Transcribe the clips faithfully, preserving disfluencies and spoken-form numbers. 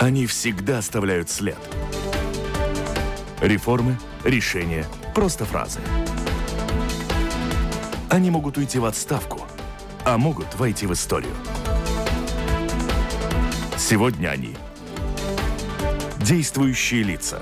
Они всегда оставляют след. Реформы, решения, просто фразы. Они могут уйти в отставку, а могут войти в историю. Сегодня они – действующие лица.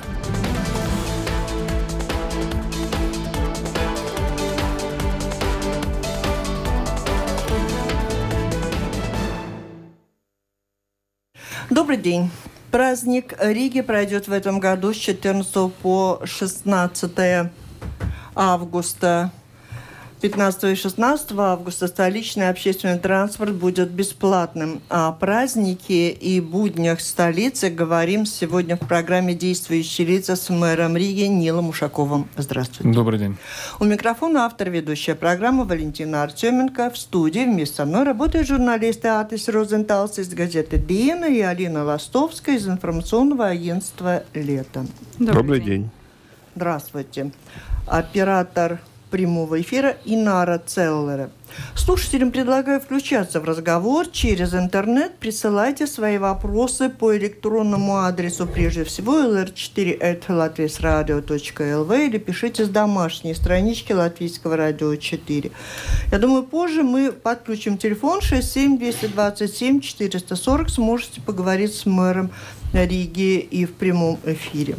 Добрый день. Праздник Риги пройдет в этом году с четырнадцатого по шестнадцатое августа. пятнадцатого и шестнадцатого августа столичный общественный транспорт будет бесплатным. О празднике и буднях столицы говорим сегодня в программе «Действующие лица» с мэром Риги Нилом Ушаковым. Здравствуйте. Добрый день. У микрофона автор ведущая программы Валентина Артеменко. В студии вместе со мной работают журналисты Атис Розенталс из газеты «Диена» и Алина Ластовская из информационного агентства «Лето». Добрый, Добрый день. день. Здравствуйте. Оператор прямого эфира Инара Целлера. Слушателям предлагаю включаться в разговор через интернет. Присылайте свои вопросы по электронному адресу, прежде всего, эл эр четыре эт латвийсрадио точка эл ви или пишите с домашней странички Латвийского радио четыре. Я думаю, позже мы подключим телефон шесть семь два два семь четыре сорок. Сможете поговорить с мэром Риги и в прямом эфире.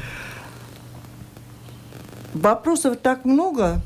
Вопросов так много,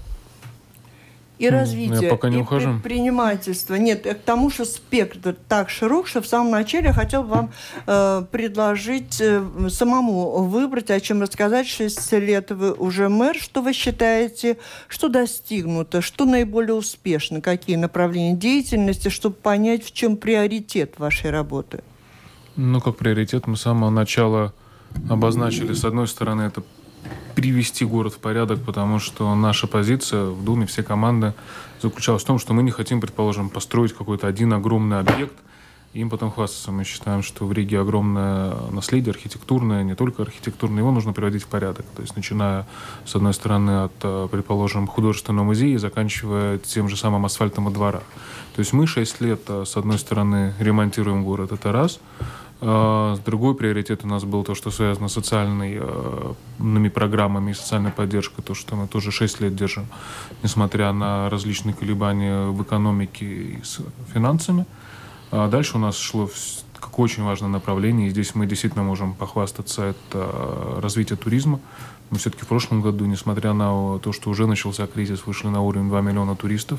и развитие, и ухожу. предпринимательство. Нет, к тому, что спектр так широк, что в самом начале я хотел вам э, предложить э, самому выбрать, о чем рассказать. Шесть лет вы уже мэр. Что вы считаете, что достигнуто, что наиболее успешно, какие направления деятельности, чтобы понять, в чем приоритет вашей работы? Ну, как приоритет мы с самого начала обозначили. С одной стороны, это привести город в порядок, потому что наша позиция в Думе, все команды заключалась в том, что мы не хотим, предположим, построить какой-то один огромный объект и им потом хвастаться. Мы считаем, что в Риге огромное наследие архитектурное, не только архитектурное, его нужно приводить в порядок. То есть начиная, с одной стороны, от, предположим, художественного музея и заканчивая тем же самым асфальтом во дворах. То есть мы шесть лет, с одной стороны, ремонтируем город, это раз. Другой приоритет у нас был то, что связано с социальными программами и социальной поддержкой, то, что мы тоже шесть лет держим, несмотря на различные колебания в экономике и с финансами. А дальше у нас шло как очень важное направление, и здесь мы действительно можем похвастаться, это развитие туризма. Мы все-таки в прошлом году, несмотря на то, что уже начался кризис, вышли на уровень два миллиона туристов.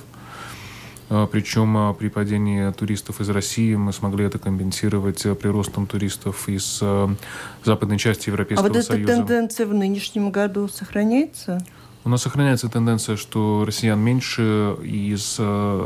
Причем при падении туристов из России мы смогли это компенсировать приростом туристов из западной части Европейского Союза. А вот эта тенденция в нынешнем году сохраняется? У нас сохраняется тенденция, что россиян меньше и из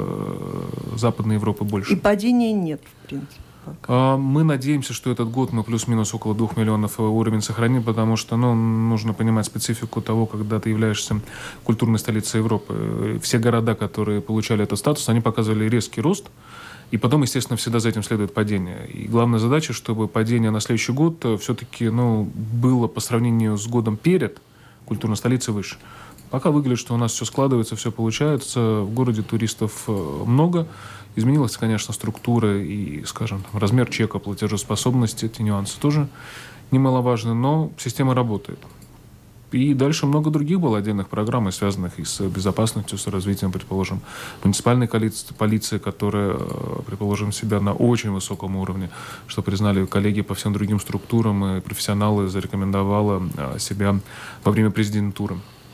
Западной Европы больше. И падения нет, в принципе. Мы надеемся, что этот год мы плюс-минус около двух миллионов уровень сохраним, потому что ну, нужно понимать специфику того, когда ты являешься культурной столицей Европы. Все города, которые получали этот статус, они показывали резкий рост, и потом, естественно, всегда за этим следует падение. И главная задача, чтобы падение на следующий год все-таки ну, было по сравнению с годом перед культурной столицей выше. Пока выглядит, что у нас все складывается, все получается. В городе туристов много. Изменилась, конечно, структура и, скажем, там, размер чека, платежеспособности. Эти нюансы тоже немаловажны, но система работает. И дальше много других было отдельных программ, связанных и с безопасностью, с развитием, предположим, муниципальной полиции, которая, предположим, себя на очень высоком уровне, что признали коллеги по всем другим структурам, и профессионалы зарекомендовала себя во время президентуры,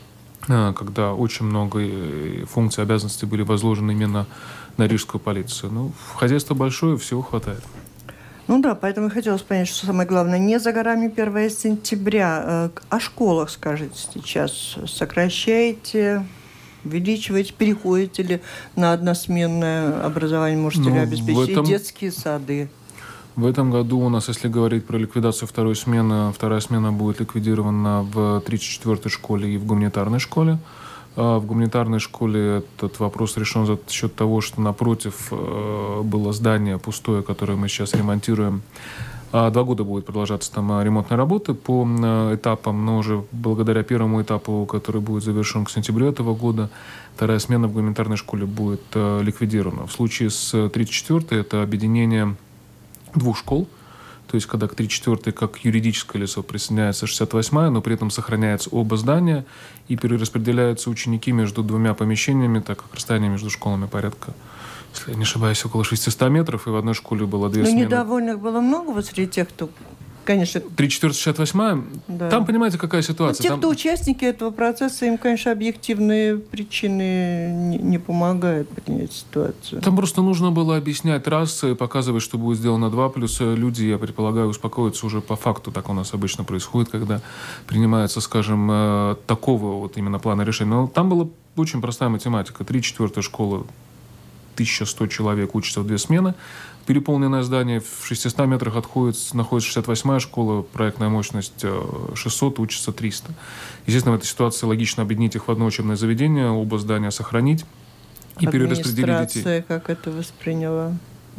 когда очень много функций и обязанностей были возложены именно на рижскую полицию. Ну, хозяйство большое, всего хватает. Ну да, поэтому и хотелось понять, что самое главное, не за горами первого сентября. О школах, скажите, сейчас сокращаете, увеличиваете, переходите ли на односменное образование, можете ну, ли обеспечить этом... детские сады? В этом году у нас, если говорить про ликвидацию второй смены, вторая смена будет ликвидирована в тридцать четвёртой школе и в гуманитарной школе. В гуманитарной школе этот вопрос решен за счет того, что напротив было здание пустое, которое мы сейчас ремонтируем. Два года будет продолжаться там ремонтные работы по этапам, но уже благодаря первому этапу, который будет завершен к сентябрю этого года, вторая смена в гуманитарной школе будет ликвидирована. В случае с тридцать четвёртой это объединение двух школ. То есть, когда к тридцать четвёртой как юридическое лицо присоединяется шестьдесят восьмая, но при этом сохраняется оба здания и перераспределяются ученики между двумя помещениями, так как расстояние между школами порядка, если я не ошибаюсь, около шестьсот метров, и в одной школе было две Но смены. недовольных было много вот среди тех, кто... Конечно. тридцать четвёртая, шестьдесят восьмая. Да. Там, понимаете, какая Ну, ситуация? те, Там... кто участники этого процесса, им, конечно, объективные причины не, не помогают принять ситуацию. Там просто нужно было объяснять раз, показывать, что будет сделано два, плюс люди, я предполагаю, успокоятся уже по факту. Так у нас обычно происходит, когда принимается, скажем, такого вот именно плана решения. Но там была очень простая математика. тридцать четвёртая школа, тысяча сто человек учатся в две смены. Переполненное здание, в шестистах метрах отходит, находится шестьдесят восьмая школа, проектная мощность шестьсот, учатся триста. Естественно, в этой ситуации логично объединить их в одно учебное заведение, оба здания сохранить и перераспределить детей. Администрация как это восприняла?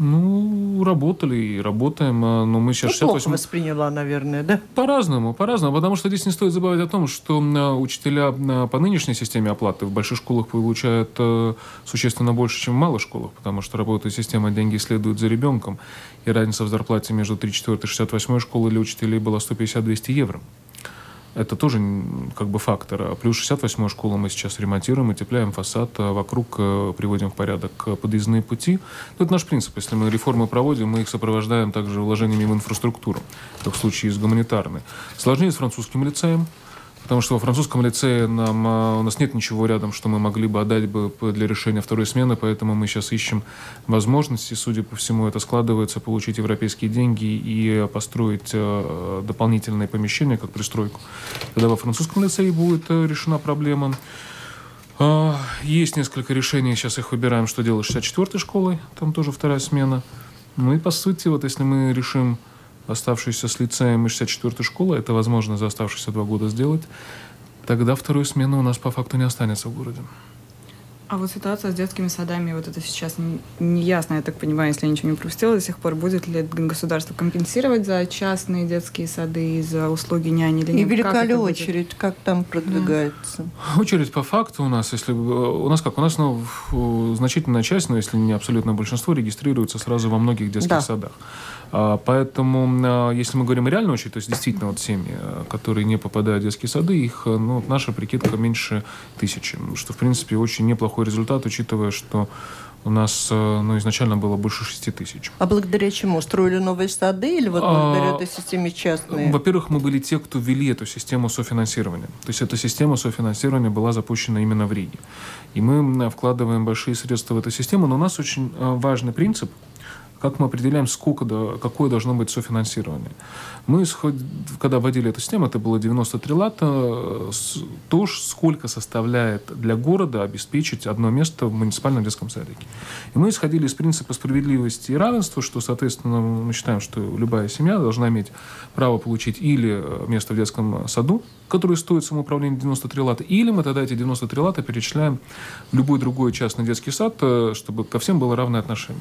Ну, работали и работаем, но мы сейчас... Ну, шестьдесят восемь... плохо восприняла, наверное, да? По-разному, по-разному, потому что здесь не стоит забывать о том, что учителя по нынешней системе оплаты в больших школах получают существенно больше, чем в малых школах, потому что работает система «деньги следуют за ребенком», и разница в зарплате между тридцать четвёртой и шестьдесят восьмой школой для учителей была сто пятьдесят - двести евро. Это тоже как бы фактор. Плюс шестьдесят восьмую школу мы сейчас ремонтируем, утепляем фасад, вокруг приводим в порядок подъездные пути. Это наш принцип. Если мы реформы проводим, мы их сопровождаем также вложениями в инфраструктуру, как в случае с гуманитарной. Сложнее с французским лицеем, потому что во французском лицее нам, у нас нет ничего рядом, что мы могли бы отдать бы для решения второй смены, поэтому мы сейчас ищем возможности, судя по всему, это складывается, получить европейские деньги и построить э, дополнительные помещения, как пристройку. Когда во французском лицее будет э, решена проблема. Э, есть несколько решений, сейчас их выбираем, что делать с шестьдесят четвёртой школой, там тоже вторая смена. Ну и по сути, вот если мы решим оставшуюся с лицеем и шестьдесят четвёртой школы, это возможно за оставшиеся два года сделать, тогда второй смены у нас по факту не останется в городе. А вот ситуация с детскими садами, вот это сейчас не ясно, я так понимаю, если я ничего не пропустила до сих пор, будет ли государство компенсировать за частные детские сады и за услуги няни или нет? И велика ли очередь, как там продвигается? Да. Очередь по факту у нас, если у нас как, у нас ну, значительная часть, но если не абсолютное большинство, регистрируется сразу во многих детских да. садах. Поэтому, если мы говорим о реальной очереди, то есть действительно вот семьи, которые не попадают в детские сады, их, ну, наша прикидка меньше тысячи, что, в принципе, очень неплохой результат, учитывая, что у нас ну, изначально было больше шести тысяч. А благодаря чему? Строили новые сады или вот благодаря а, этой системе частные? Во-первых, мы были те, кто ввели эту систему софинансирования. То есть эта система софинансирования была запущена именно в Риге. И мы вкладываем большие средства в эту систему, но у нас очень важный принцип, как мы определяем, сколько, какое должно быть софинансирование. Мы, когда вводили эту систему, это было девяносто три лата, то, сколько составляет для города обеспечить одно место в муниципальном детском садике. И мы исходили из принципа справедливости и равенства, что, соответственно, мы считаем, что любая семья должна иметь право получить или место в детском саду, которое стоит самоуправление девяносто три лата, или мы тогда эти девяносто три лата перечисляем в любой другой частный детский сад, чтобы ко всем было равное отношение.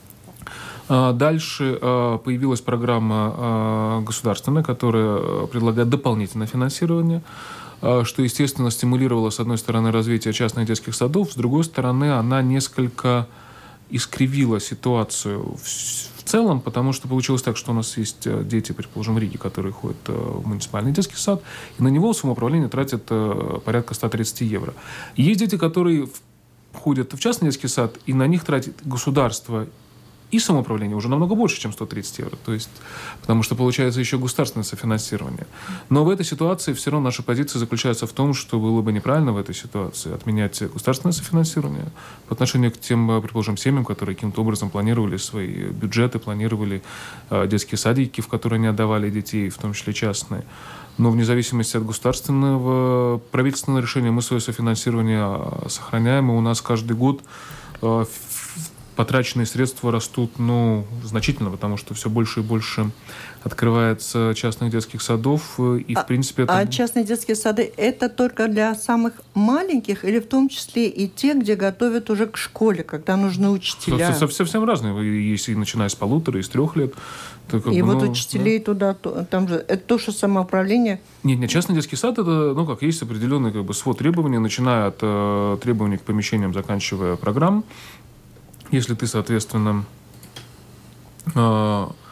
Дальше появилась программа государственная, которая предлагает дополнительное финансирование, что, естественно, стимулировало, с одной стороны, развитие частных детских садов, с другой стороны, она несколько искривила ситуацию в целом, потому что получилось так, что у нас есть дети, предположим, в Риге, которые ходят в муниципальный детский сад, и на него самоуправление тратит порядка сто тридцать евро. И есть дети, которые ходят в частный детский сад, и на них тратит государство и самоуправление уже намного больше, чем сто тридцать евро. То есть, потому что получается еще государственное софинансирование. Но в этой ситуации все равно наша позиция заключается в том, что было бы неправильно в этой ситуации отменять государственное софинансирование по отношению к тем, предположим, семьям, которые каким-то образом планировали свои бюджеты, планировали э, детские садики, в которые не отдавали детей, в том числе частные. Но вне зависимости от государственного правительственного решения мы свое софинансирование сохраняем, и у нас каждый год э, потраченные средства растут, ну, значительно, потому что все больше и больше открывается частных детских садов, и, в а, принципе, это... А частные детские сады – это только для самых маленьких или в том числе и те, где готовят уже к школе, когда нужны учителя? Совсем, совсем разные. Если начиная с полутора, и с трех лет. То, как и бы, вот ну, учителей да. туда, то, там же, это то, что самоуправление? Нет, нет, частный детский сад, это, ну, как есть определенный как бы, свод требований, начиная от э, требований к помещениям, заканчивая программ. Если ты, соответственно, э,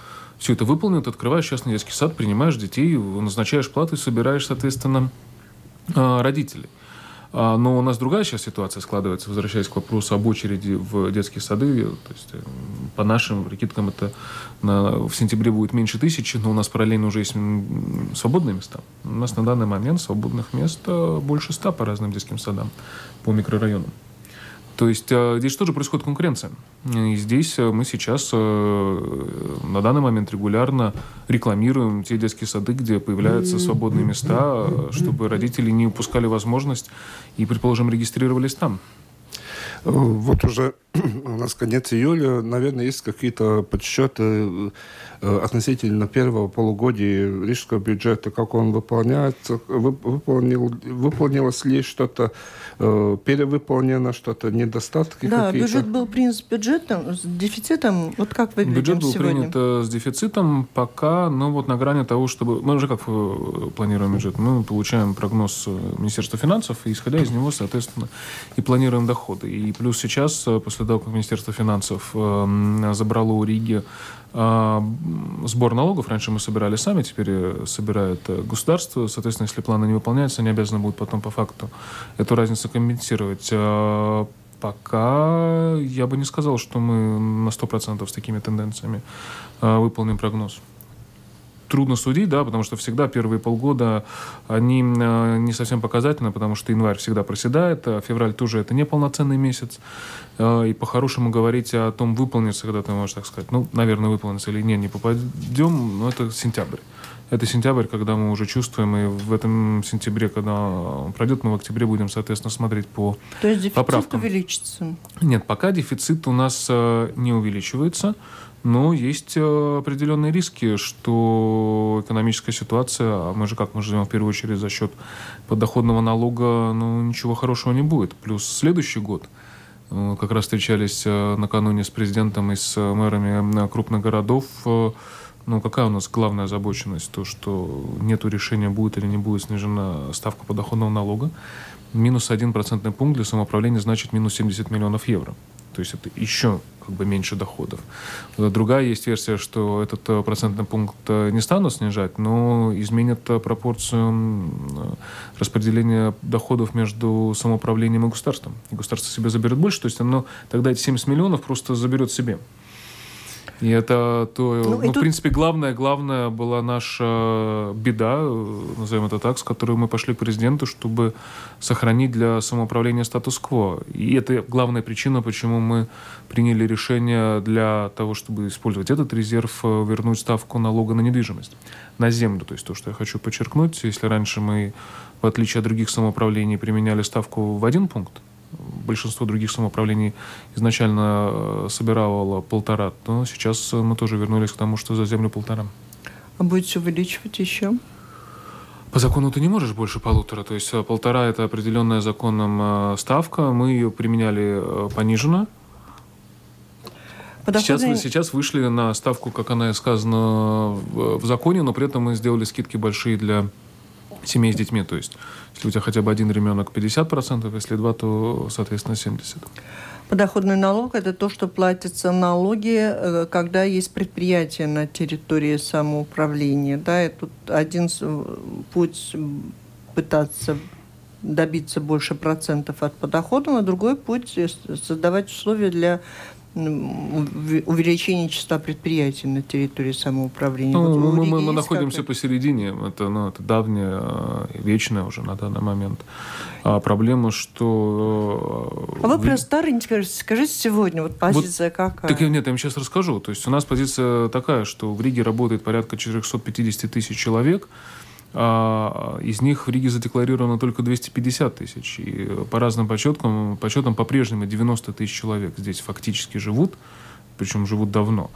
все это выполнено, ты открываешь частный детский сад, принимаешь детей, назначаешь плату и собираешь, соответственно, родителей. Но у нас другая сейчас ситуация складывается, возвращаясь к вопросу об очереди в детские сады. То есть, по нашим прикидкам, это на, в сентябре будет меньше тысячи, но у нас параллельно уже есть свободные места. У нас на данный момент свободных мест больше ста по разным детским садам, по микрорайонам. То есть здесь тоже происходит конкуренция. И здесь мы сейчас на данный момент регулярно рекламируем те детские сады, где появляются свободные места, чтобы родители не упускали возможность и, предположим, регистрировались там. Вот уже у нас конец июля, наверное, есть какие-то подсчеты относительно первого полугодия рижского бюджета, как он выполняется, выполнил, выполнилось ли что-то, перевыполнено что-то, недостатки да, какие-то? Да, бюджет был принят с бюджетом, с дефицитом. Вот как выглядим Бюджет был сегодня? принят с дефицитом пока, но вот на грани того, чтобы... Мы уже как планируем бюджет? Мы получаем прогноз Министерства финансов, и исходя из него, соответственно, и планируем доходы. И плюс сейчас, после того, как Министерство финансов э, забрало у Риги э, сбор налогов, раньше мы собирали сами, теперь собирает государство, соответственно, если планы не выполняются, они обязаны будут потом по факту эту разницу компенсировать. Э, пока я бы не сказал, что мы на сто процентов с такими тенденциями э, выполним прогноз. Трудно судить, да, потому что всегда первые полгода они э, не совсем показательны, потому что январь всегда проседает, а февраль тоже это не полноценный месяц. Э, и по-хорошему говорить о том, выполнится, когда ты можешь так сказать, ну, наверное, выполнится или нет, не попадем, но это сентябрь. Это сентябрь, когда мы уже чувствуем, и в этом сентябре, когда он пройдет, мы в октябре будем, соответственно, смотреть по поправкам. То есть дефицит поправкам. Увеличится? Нет, пока дефицит у нас э, не увеличивается. Но есть определенные риски, что экономическая ситуация, а мы же как, мы живем в первую очередь за счет подоходного налога, ну, ничего хорошего не будет. Плюс следующий год, как раз встречались накануне с президентом и с мэрами крупных городов, ну, какая у нас главная озабоченность? То, что нету решения, будет или не будет снижена ставка подоходного налога. Минус один процентный пункт для самоуправления значит минус семьдесят миллионов евро. То есть это еще как бы меньше доходов. Другая есть версия, что этот процентный пункт не станут снижать, но изменят пропорцию распределения доходов между самоуправлением и государством. И государство себе заберет больше, то есть оно тогда эти семьдесят миллионов просто заберет себе. И это то, ну, ну, и в тут... принципе, главная, главная была наша беда, назовем это так, с которой мы пошли к президенту, чтобы сохранить для самоуправления статус-кво. И это главная причина, почему мы приняли решение для того, чтобы использовать этот резерв, вернуть ставку налога на недвижимость, на землю. То есть то, что я хочу подчеркнуть, если раньше мы, в отличие от других самоуправлений, применяли ставку в один пункт, большинство других самоуправлений изначально собирало полтора, то сейчас мы тоже вернулись к тому, что за землю полтора. А будете увеличивать еще? По закону ты не можешь больше полутора. То есть полтора – это определенная законом ставка. Мы ее применяли пониженно. Сейчас, сейчас вышли на ставку, как она и сказана в, в законе, но при этом мы сделали скидки большие для семей с детьми. То есть если у тебя хотя бы один ребенок, пятьдесят процентов, если два, то, соответственно, семьдесят процентов. Подоходный налог – это то, что платятся налоги, когда есть предприятие на территории самоуправления. Да? И тут один путь пытаться добиться больше процентов от подоходного, другой путь – создавать условия для увеличение числа предприятий на территории самоуправления. Ну, вот мы, мы, мы находимся как-то посередине. Это, ну, это давняя, вечная уже на данный момент а проблема, что... А вы про старый, скажите, скажите сегодня, вот позиция вот, какая? Так нет, я вам сейчас расскажу. То есть у нас позиция такая, что в Риге работает порядка четыреста пятьдесят тысяч человек, а из них в Риге задекларировано только двести пятьдесят тысяч. И по разным подсчетам, подсчетам по-прежнему девяносто тысяч человек здесь фактически живут, причем живут давно.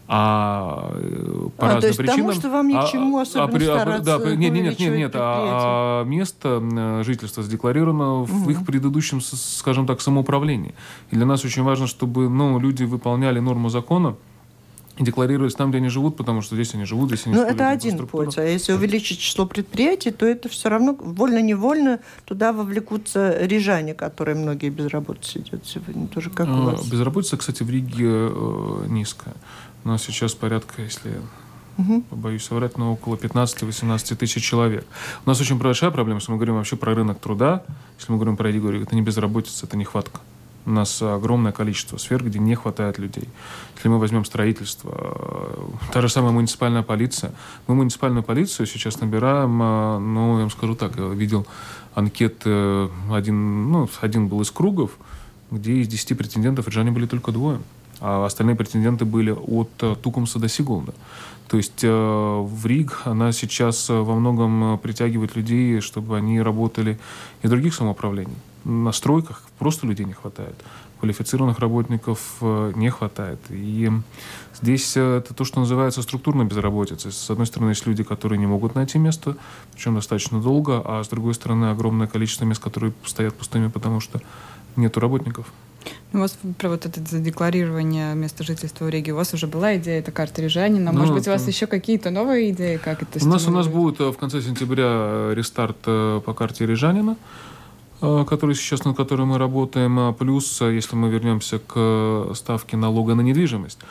А по а, разным то есть причинам... Потому что вам ни к чему а, особенно а, стараться да, нет, нет, нет, нет, а, а место жительства задекларировано в угу. их предыдущем, скажем так, самоуправлении. И для нас очень важно, чтобы ну, люди выполняли норму закона, и декларировать там, где они живут, потому что здесь они живут, здесь они используют. Ну, это один путь. А если увеличить число предприятий, то это все равно, вольно-невольно, туда вовлекутся рижане, которые многие безработицы идет сегодня. Тоже как у вас? Безработица, кстати, в Риге э, низкая. У нас сейчас порядка, если угу. боюсь соврать, но около пятнадцать-восемнадцать тысяч человек. У нас очень большая проблема, если мы говорим вообще про рынок труда, если мы говорим про регионы, это не безработица, это нехватка. У нас огромное количество сфер, где не хватает людей. Если мы возьмем строительство, та же самая муниципальная полиция. Мы муниципальную полицию сейчас набираем, ну, я вам скажу так, я видел анкеты, один, ну, один был из кругов, где из десяти претендентов рижане были только двое, а остальные претенденты были от Тукумса до Сигулда. То есть в Риг она сейчас во многом притягивает людей, чтобы они работали и в других самоуправлениях. На стройках просто людей не хватает. Квалифицированных работников не хватает. И здесь это то, что называется структурной безработицей. С одной стороны, есть люди, которые не могут найти место, причем достаточно долго, а с другой стороны, огромное количество мест, которые стоят пустыми, потому что нету работников. У вас про вот это задекларирование места жительства в Риге, у вас уже была идея, это карта рижанина. Ну, Может быть, это... у вас еще какие-то новые идеи, как это у нас, у нас стимулировать? будет в конце сентября рестарт по карте рижанина, который сейчас, над которой мы работаем. Плюс, если мы вернемся к ставке налога на недвижимость,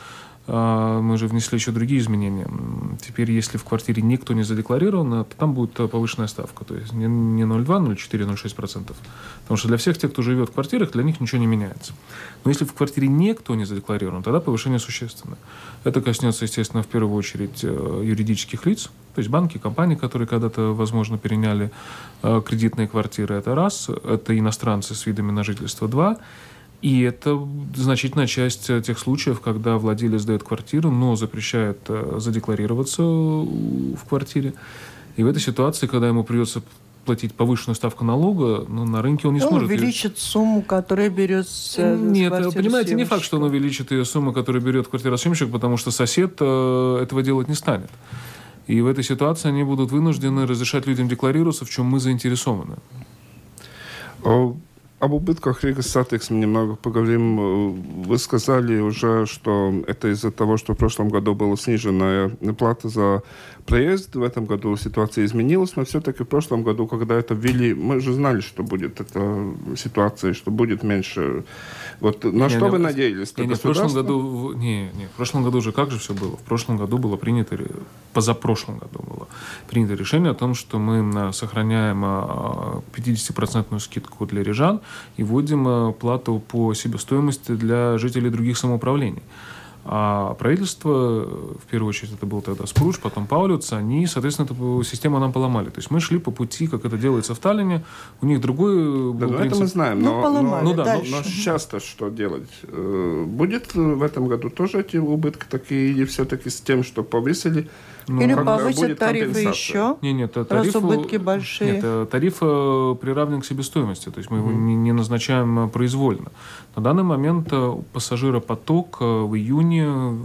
мы же внесли еще другие изменения. Теперь, если в квартире никто не задекларирован, то там будет повышенная ставка. То есть не ноль целых два, ноль целых четыре, ноль целых шесть процентов. Потому что для всех тех, кто живет в квартирах, для них ничего не меняется. Но если в квартире никто не задекларирован, тогда повышение существенное. Это коснется, естественно, в первую очередь юридических лиц, то есть банки, компании, которые когда-то, возможно, переняли кредитные квартиры. Это раз. Это иностранцы с видами на жительство. Два. И это значительная часть тех случаев, когда владелец сдает квартиру, но запрещает задекларироваться в квартире. И в этой ситуации, когда ему придется платить повышенную ставку налога, ну, на рынке он не он сможет... Он увеличит сумму, которую берет с Нет, понимаете, не факт, что он увеличит ее сумму, которую берет квартиросъемщик, потому что сосед этого делать не станет. И в этой ситуации они будут вынуждены разрешать людям декларироваться, в чем мы заинтересованы. Об убытках Рига Сатекс мы немного поговорим. Вы сказали уже, что это из-за того, что в прошлом году была снижена плата за проезд. В этом году ситуация изменилась, но все-таки в прошлом году, когда это ввели, мы же знали, что будет эта ситуация, что будет меньше. Вот на не, что не, вы надеялись? Не, не, в прошлом году, не, не, в прошлом году же как же все было? В прошлом году было принято, позапрошлом году было принято решение о том, что мы сохраняем пятидесятипроцентную скидку для рижан и вводим плату по себестоимости для жителей других самоуправлений. А правительство, в первую очередь, это был тогда Спрудж, потом Паулюц, они, соответственно, эту систему нам поломали. То есть мы шли по пути, как это делается в Таллине, у них другой да, был ну, принцип. Это мы знаем, но, ну, поломали, но, ну, да, но, но сейчас-то что делать? Будет в этом году тоже эти убытки такие, или все-таки с тем, что повысили? Ну, или повысят тарифы еще, не, нет, тариф, раз убытки большие. Нет, тариф приравнен к себестоимости, то есть мы его mm-hmm. не, не назначаем произвольно. На данный момент пассажиропоток в июне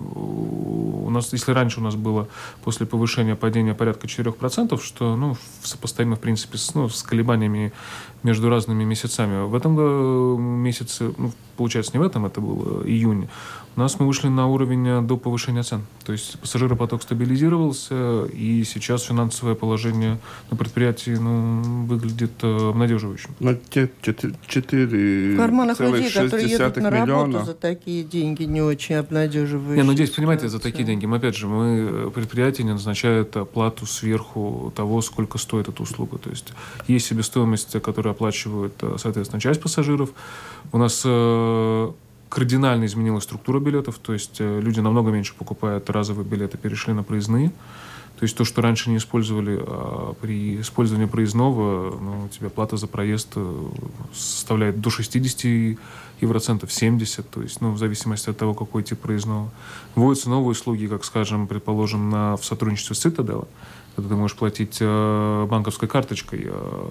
у нас, если раньше у нас было после повышения падения порядка четыре процента, что ну, сопоставимо в принципе с, ну, с колебаниями между разными месяцами, в этом месяце, ну, получается не в этом, это был июнь, у нас мы вышли на уровень до повышения цен. То есть пассажиропоток стабилизировался, и сейчас финансовое положение на предприятии ну, выглядит обнадеживающим. Но те четыре в карманах людей, которые едут на миллиона. работу за такие деньги, не очень обнадеживающие. Не, ну здесь, понимаете, за такие деньги, мы, опять же, мы, предприятие не назначает плату сверху того, сколько стоит эта услуга. То есть есть себестоимость, которую оплачивает, соответственно, часть пассажиров. У нас кардинально изменилась структура билетов, то есть люди намного меньше покупают разовые билеты, перешли на проездные. То есть то, что раньше не использовали, а при использовании проездного, ну, у тебя плата за проезд составляет до шестьдесят евроцентов, семьдесят, то есть ну, в зависимости от того, какой тип проездного. Вводятся новые услуги, как, скажем, предположим, на, в сотрудничестве с Citadel, когда ты можешь платить э, банковской карточкой э,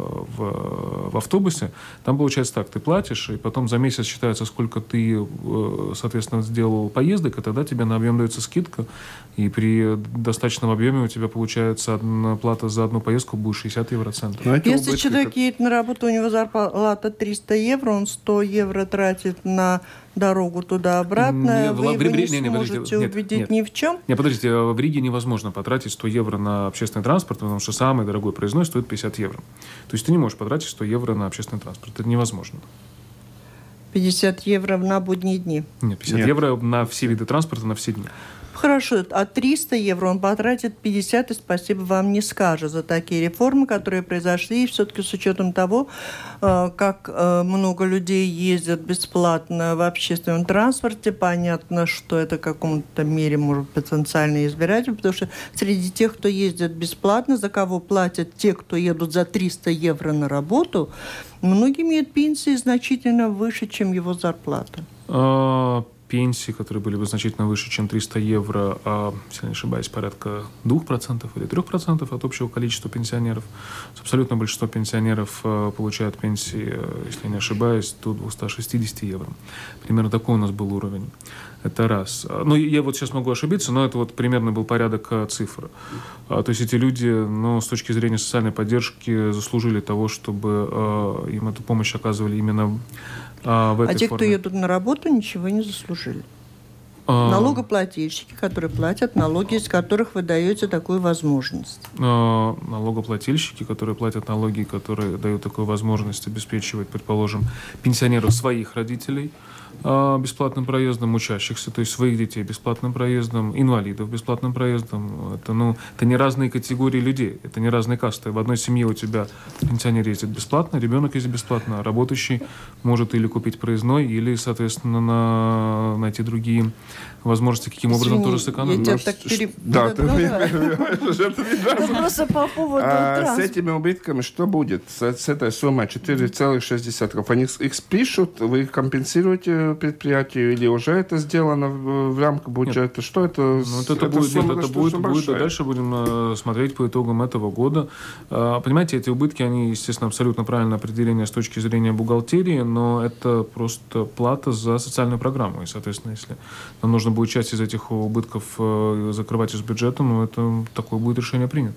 в, в автобусе, там получается так, ты платишь, и потом за месяц считается, сколько ты, э, соответственно, сделал поездок, и тогда тебе на объем дается скидка, и при достаточном объеме у тебя получается одна плата за одну поездку будет шестьдесят евроцентов. Если убытки, человек как... едет на работу, у него зарплата триста евро, он сто евро тратит на дорогу туда-обратно, не, вы в, его не, не, не сможете подождите, убедить нет, нет. ни в чем? Не, подождите, в Риге невозможно потратить сто евро на общественный транспорт, потому что самый дорогой проездной стоит пятьдесят евро. То есть ты не можешь потратить сто евро на общественный транспорт. Это невозможно. пятьдесят евро на будние дни? Нет, пятьдесят нет. евро на все виды транспорта на все дни. Хорошо, а триста евро он потратит пятьдесят, и спасибо вам не скажет за такие реформы, которые произошли, и все-таки с учетом того, как много людей ездят бесплатно в общественном транспорте, понятно, что это в каком-то мере может потенциально избиратель, потому что среди тех, кто ездит бесплатно, за кого платят те, кто едут за триста евро на работу, многие имеют пенсии значительно выше, чем его зарплата. Пенсии, которые были бы значительно выше, чем триста евро, а, если не ошибаюсь, порядка двух процентов или трёх процентов от общего количества пенсионеров. Абсолютно большинство пенсионеров а, получают пенсии, если не ошибаюсь, до двухсот шестидесяти евро. Примерно такой у нас был уровень. Это раз. Ну, я вот сейчас могу ошибиться, но это вот примерно был порядок а, цифр. А, то есть эти люди, ну, с точки зрения социальной поддержки, заслужили того, чтобы а, им эту помощь оказывали именно а, в этой а те, форме. кто едут на работу, ничего не заслужили. А... Налогоплательщики, которые платят налоги, из которых вы даете такую возможность. А, налогоплательщики, которые платят налоги, которые дают такую возможность обеспечивать, предположим, пенсионеров своих родителей а, бесплатным проездом, учащихся, то есть своих детей бесплатным проездом, инвалидов бесплатным проездом. Это, ну, это не разные категории людей, это не разные касты. В одной семье у тебя пенсионер ездит бесплатно, ребенок ездит бесплатно, а работающий может или купить проездной, или, соответственно, на, найти другие возможности, каким образом Извини, тоже сэкономить. я тебя так пере... Да, ты просто по поводу с этими убытками что будет? С этой суммой четыре целых шесть десятых? Они их спишут, вы их компенсируете предприятию, или уже это сделано в рамках бюджета? Что это? Ну, это, это будет, нет, это будет, будет, и дальше будем э, смотреть по итогам этого года. Э, понимаете, эти убытки, они, естественно, абсолютно правильное определение с точки зрения бухгалтерии, но это просто плата за социальную программу. И, соответственно, если нам нужно будет часть из этих убытков э, закрывать из бюджета, ну, это такое будет решение принято.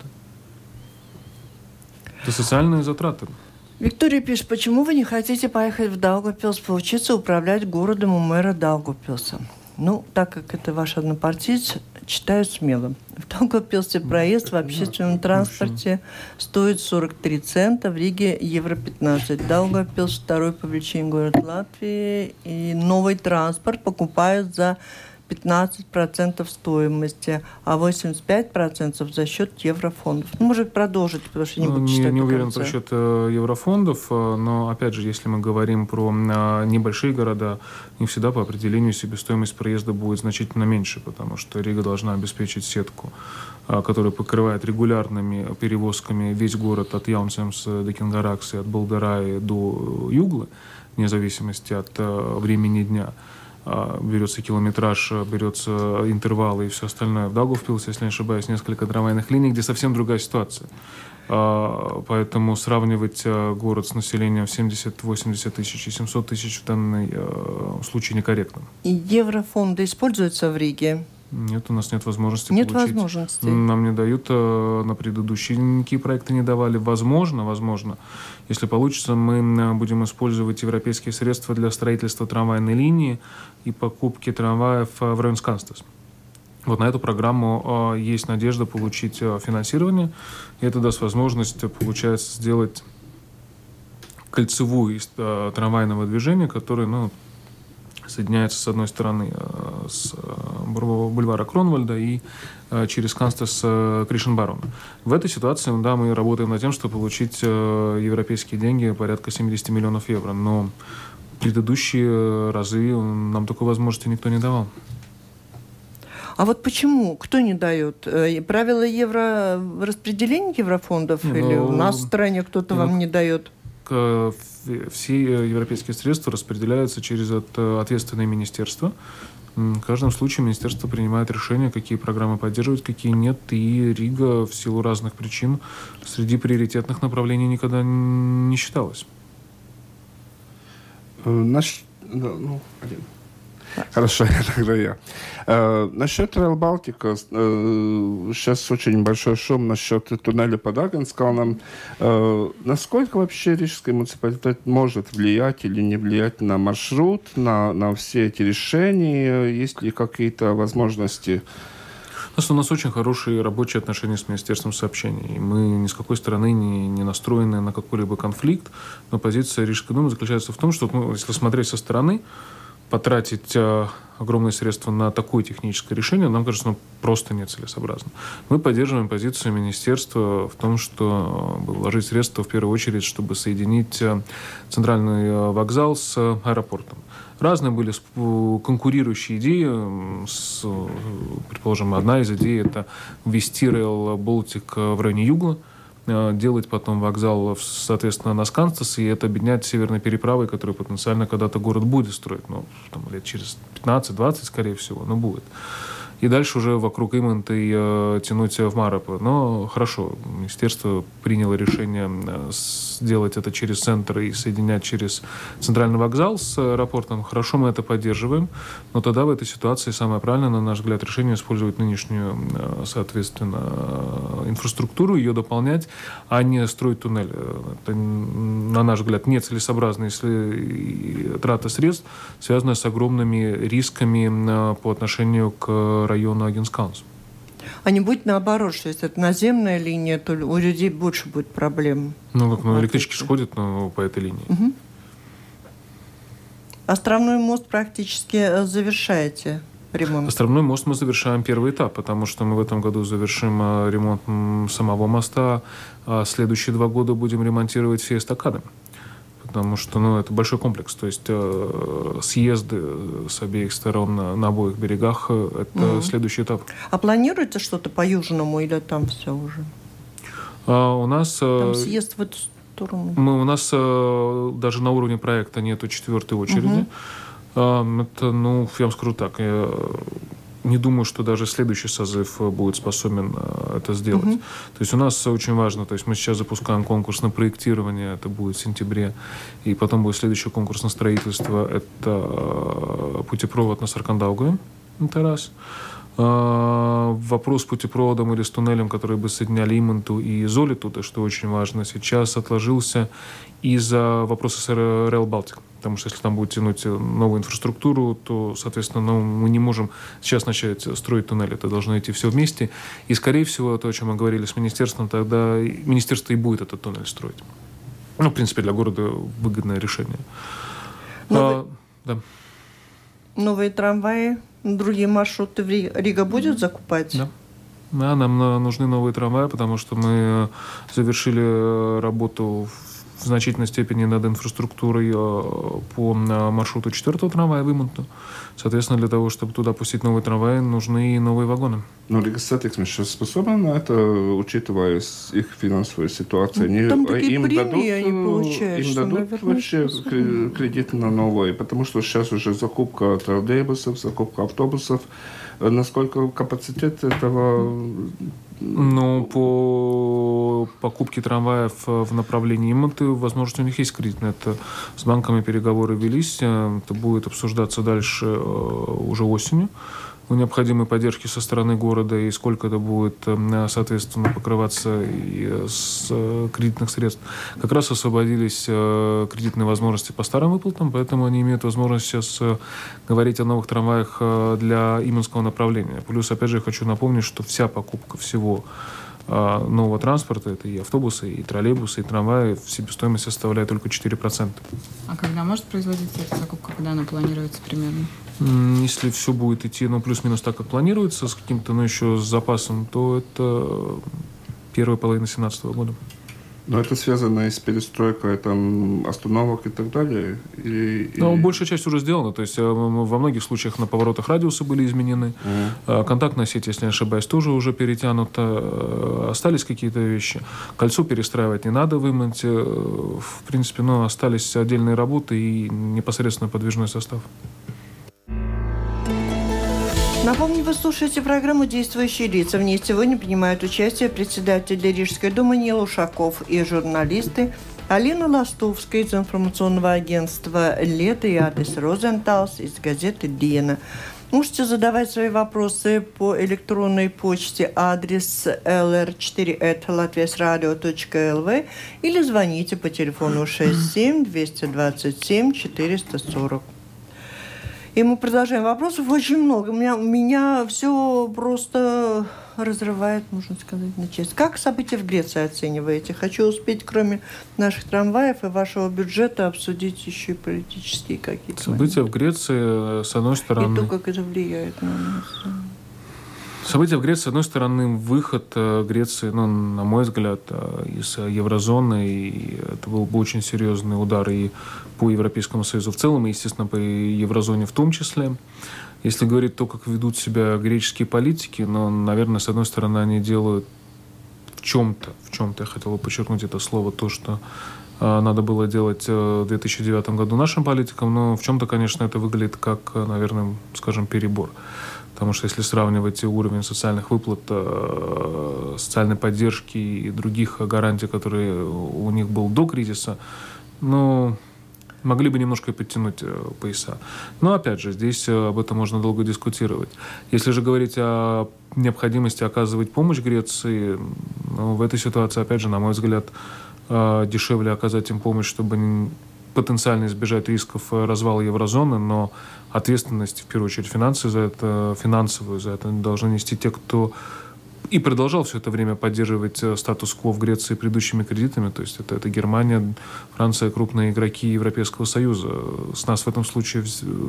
Это социальные затраты. Виктория пишет, почему вы не хотите поехать в Даугавпилс, поучиться управлять городом у мэра Даугавпилса? Ну, так как это ваш однопартиец, читаю смело. В Даугавпилсе проезд в общественном транспорте стоит сорок три цента, в Риге евро пятнадцать. Даугавпилс второй по величине город Латвии, и новый транспорт покупают за пятнадцать процентов стоимости, а восемьдесят пять процентов за счет еврофондов. Ну, может продолжить, потому что не буду читать. Не, не до уверен конца. про счет э, еврофондов, э, но, опять же, если мы говорим про э, небольшие города, не всегда по определению себестоимость проезда будет значительно меньше, потому что Рига должна обеспечить сетку, э, которая покрывает регулярными перевозками весь город от Яунсемса до Кингаракса, от Болдераи до Юглы, вне зависимости от э, времени дня. Берется километраж, берется интервалы и все остальное. В Даугавпилсе, если не ошибаюсь, несколько трамвайных линий, где совсем другая ситуация. Поэтому сравнивать город с населением семьдесят-восемьдесят тысяч и семьсот тысяч в данном случае некорректно. И еврофонды используются в Риге? Нет, у нас нет возможности Нет получить. возможности. Нам не дают, на предыдущие никакие проекты не давали. Возможно, возможно, если получится, мы будем использовать европейские средства для строительства трамвайной линии и покупки трамваев в район Сканстас. Вот на эту программу есть надежда получить финансирование, и это даст возможность, получается, сделать кольцевую из трамвайного движения, которое, ну, соединяется с одной стороны с бульвара Кронвальда и через Канстас с Кришенбарона. В этой ситуации, да, мы работаем над тем, чтобы получить европейские деньги, порядка семьдесят миллионов евро. Но предыдущие разы нам такой возможности никто не давал. А вот почему? Кто не дает? Правила евро распределения еврофондов? Не, или ну, у нас в стране кто-то ну, вам не дает? Все европейские средства распределяются через ответственные министерства. В каждом случае министерство принимает решение, какие программы поддерживать, какие нет. И Рига в силу разных причин среди приоритетных направлений никогда не считалась. Наш... Ну, один. Хорошо, тогда я. Э, насчет Rail Baltica. Э, сейчас очень большой шум насчет туннеля под Агенскалном. Э, насколько вообще Рижский муниципалитет может влиять или не влиять на маршрут, на, на все эти решения? Есть ли какие-то возможности? У нас очень хорошие рабочие отношения с Министерством сообщений. Мы ни с какой стороны не, не настроены на какой-либо конфликт. Но позиция Рижской думы заключается в том, что, ну, если смотреть со стороны, потратить э, огромные средства на такое техническое решение, нам кажется, ну, просто нецелесообразно. Мы поддерживаем позицию министерства в том, что вложить средства в первую очередь, чтобы соединить центральный вокзал с аэропортом. Разные были конкурирующие идеи. С, предположим, одна из идей – это ввести Rail Baltic в районе Югла, делать потом вокзал, соответственно, на Сканстас, и это объединять с северной переправой, которую потенциально когда-то город будет строить. Ну, там, лет через пятнадцать-двадцать, скорее всего, но будет. И дальше уже вокруг Иманты э, тянуть в Марапы. Но хорошо, министерство приняло решение сделать это через центр и соединять через центральный вокзал с аэропортом. Хорошо, мы это поддерживаем, но тогда в этой ситуации самое правильное, на наш взгляд, решение использовать нынешнюю, соответственно, инфраструктуру, ее дополнять, а не строить туннель. Это, на наш взгляд, нецелесообразная трата средств, связанная с огромными рисками по отношению к району Агенскаунс. А не будет наоборот, что если это наземная линия, то у людей больше будет проблем? Ну, как ну, электрички же ходят ну, по этой линии. Угу. Островной мост практически завершаете ремонт? Островной мост мы завершаем первый этап, потому что мы в этом году завершим ремонт самого моста, а следующие два года будем ремонтировать все эстакады. Потому что ну, это большой комплекс. То есть э, съезды с обеих сторон на, на обоих берегах – это mm-hmm. следующий этап. А планируете что-то по Южному или там все уже? А, у нас… Там съезд в эту сторону? Мы, у нас э, даже на уровне проекта нету четвертой очереди. Mm-hmm. Э, это, ну, я вам скажу так, я не думаю, что даже следующий созыв будет способен э, это сделать. Mm-hmm. То есть у нас очень важно, то есть мы сейчас запускаем конкурс на проектирование, это будет в сентябре, и потом будет следующий конкурс на строительство, это путепровод на Саркандаугаве, это раз. Э, вопрос с путепроводом или с туннелем, которые бы соединяли Иманту и Золиту, то, что очень важно, сейчас отложился из-за вопроса с Rail Baltic. Потому что если там будет тянуть новую инфраструктуру, то, соответственно, ну, мы не можем сейчас начать строить туннель. Это должно идти все вместе. И, скорее всего, то, о чем мы говорили с министерством, тогда министерство и будет этот туннель строить. Ну, в принципе, для города выгодное решение. Новые, а, да. Новые трамваи, другие маршруты в Рига, Рига будет закупать? Да. Да, нам нужны новые трамваи, потому что мы завершили работу в в значительной степени над инфраструктурой по маршруту четвертого трамвая в Иманту. Соответственно, для того, чтобы туда пустить новые трамваи, нужны и новые вагоны. Но Рига Сатикс сейчас способна на это, учитывая их финансовую ситуацию? Они, Там такие им премии дадут, они получают, им что, дадут наверное, вообще кредиты на новые? Потому что сейчас уже закупка троллейбусов, закупка автобусов. Насколько капацитет этого? Ну, по покупке трамваев в направлении Иманты, возможно, у них есть кредитные. Это с банками переговоры велись. Это будет обсуждаться дальше уже осенью. о необходимой поддержке со стороны города и сколько это будет, соответственно, покрываться из кредитных средств. Как раз освободились кредитные возможности по старым выплатам, поэтому они имеют возможность сейчас говорить о новых трамваях для Иманского направления. Плюс, опять же, я хочу напомнить, что вся покупка всего нового транспорта, это и автобусы, и троллейбусы, и трамваи, в себестоимость составляет только четыре процента. А когда может производиться эта закупка, когда она планируется примерно? Если все будет идти, ну, плюс-минус так, как планируется, с каким-то, ну, еще с запасом, то это первая половина две тысячи семнадцатого года. Но это связано и с перестройкой там, остановок и так далее? Или, ну, или... большая часть уже сделана. То есть во многих случаях на поворотах радиусы были изменены. Mm-hmm. Контактная сеть, если не ошибаюсь, тоже уже перетянута. Остались какие-то вещи. Кольцо перестраивать не надо в Иманте. В принципе, ну, остались отдельные работы и непосредственно подвижной состав. Напомню, вы слушаете программу «Действующие лица». В ней сегодня принимают участие председатель Рижской думы Нил Ушаков и журналисты Алина Ластовская из информационного агентства «Лето» и Адис Розенталс из газеты «Диена». Можете задавать свои вопросы по электронной почте адрес эл эр четыре эт латвийсрадио точка эл ви или звоните по телефону шесть семь двести двадцать семь четыреста сорок. И мы продолжаем. Вопросов очень много. У меня, меня все просто разрывает, можно сказать, на части. Как события в Греции оцениваете? Хочу успеть, кроме наших трамваев и вашего бюджета, обсудить еще и политические какие-то События моменты. в Греции, с одной стороны... И то, как это влияет на нас. События в Греции, с одной стороны, выход Греции, ну, на мой взгляд, из еврозоны, и это был бы очень серьезный удар и по Европейскому Союзу в целом, и, естественно, по еврозоне в том числе. Если говорить то, как ведут себя греческие политики, ну, наверное, с одной стороны, они делают в чем-то, в чем-то, я хотел бы подчеркнуть это слово, то, что э, надо было делать в две тысячи девятом году нашим политикам, но в чем-то, конечно, это выглядит как, наверное, скажем, перебор. Потому что если сравнивать уровень социальных выплат, социальной поддержки и других гарантий, которые у них был до кризиса, ну, могли бы немножко подтянуть пояса. Но, опять же, здесь об этом можно долго дискутировать. Если же говорить о необходимости оказывать помощь Греции, ну, в этой ситуации, опять же, на мой взгляд, дешевле оказать им помощь, чтобы потенциально избежать рисков развала еврозоны, но ответственность, в первую очередь, финансовую за это, финансовую за это должны нести те, кто и продолжал все это время поддерживать статус-кво в Греции предыдущими кредитами. То есть это, это Германия, Франция, крупные игроки Европейского Союза. С нас в этом случае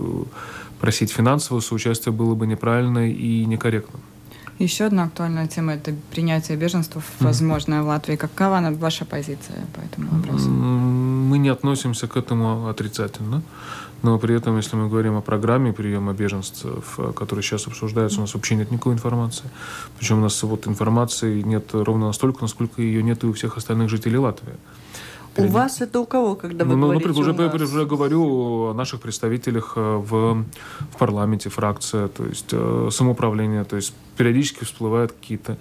просить финансового соучастия было бы неправильно и некорректно. Еще одна актуальная тема – это принятие беженцев, возможное, в Латвии. Какова ваша позиция по этому вопросу? Мы не относимся к этому отрицательно, но при этом, если мы говорим о программе приема беженцев, которая сейчас обсуждается, у нас вообще нет никакой информации. Причем у нас вот информации нет ровно настолько, насколько ее нет и у всех остальных жителей Латвии. У Перед... вас это у кого, когда вы ну, говорите например, уже, у нас? уже говорю о наших представителях в, в парламенте, фракция, то есть э, самоуправление, то есть периодически всплывают какие-то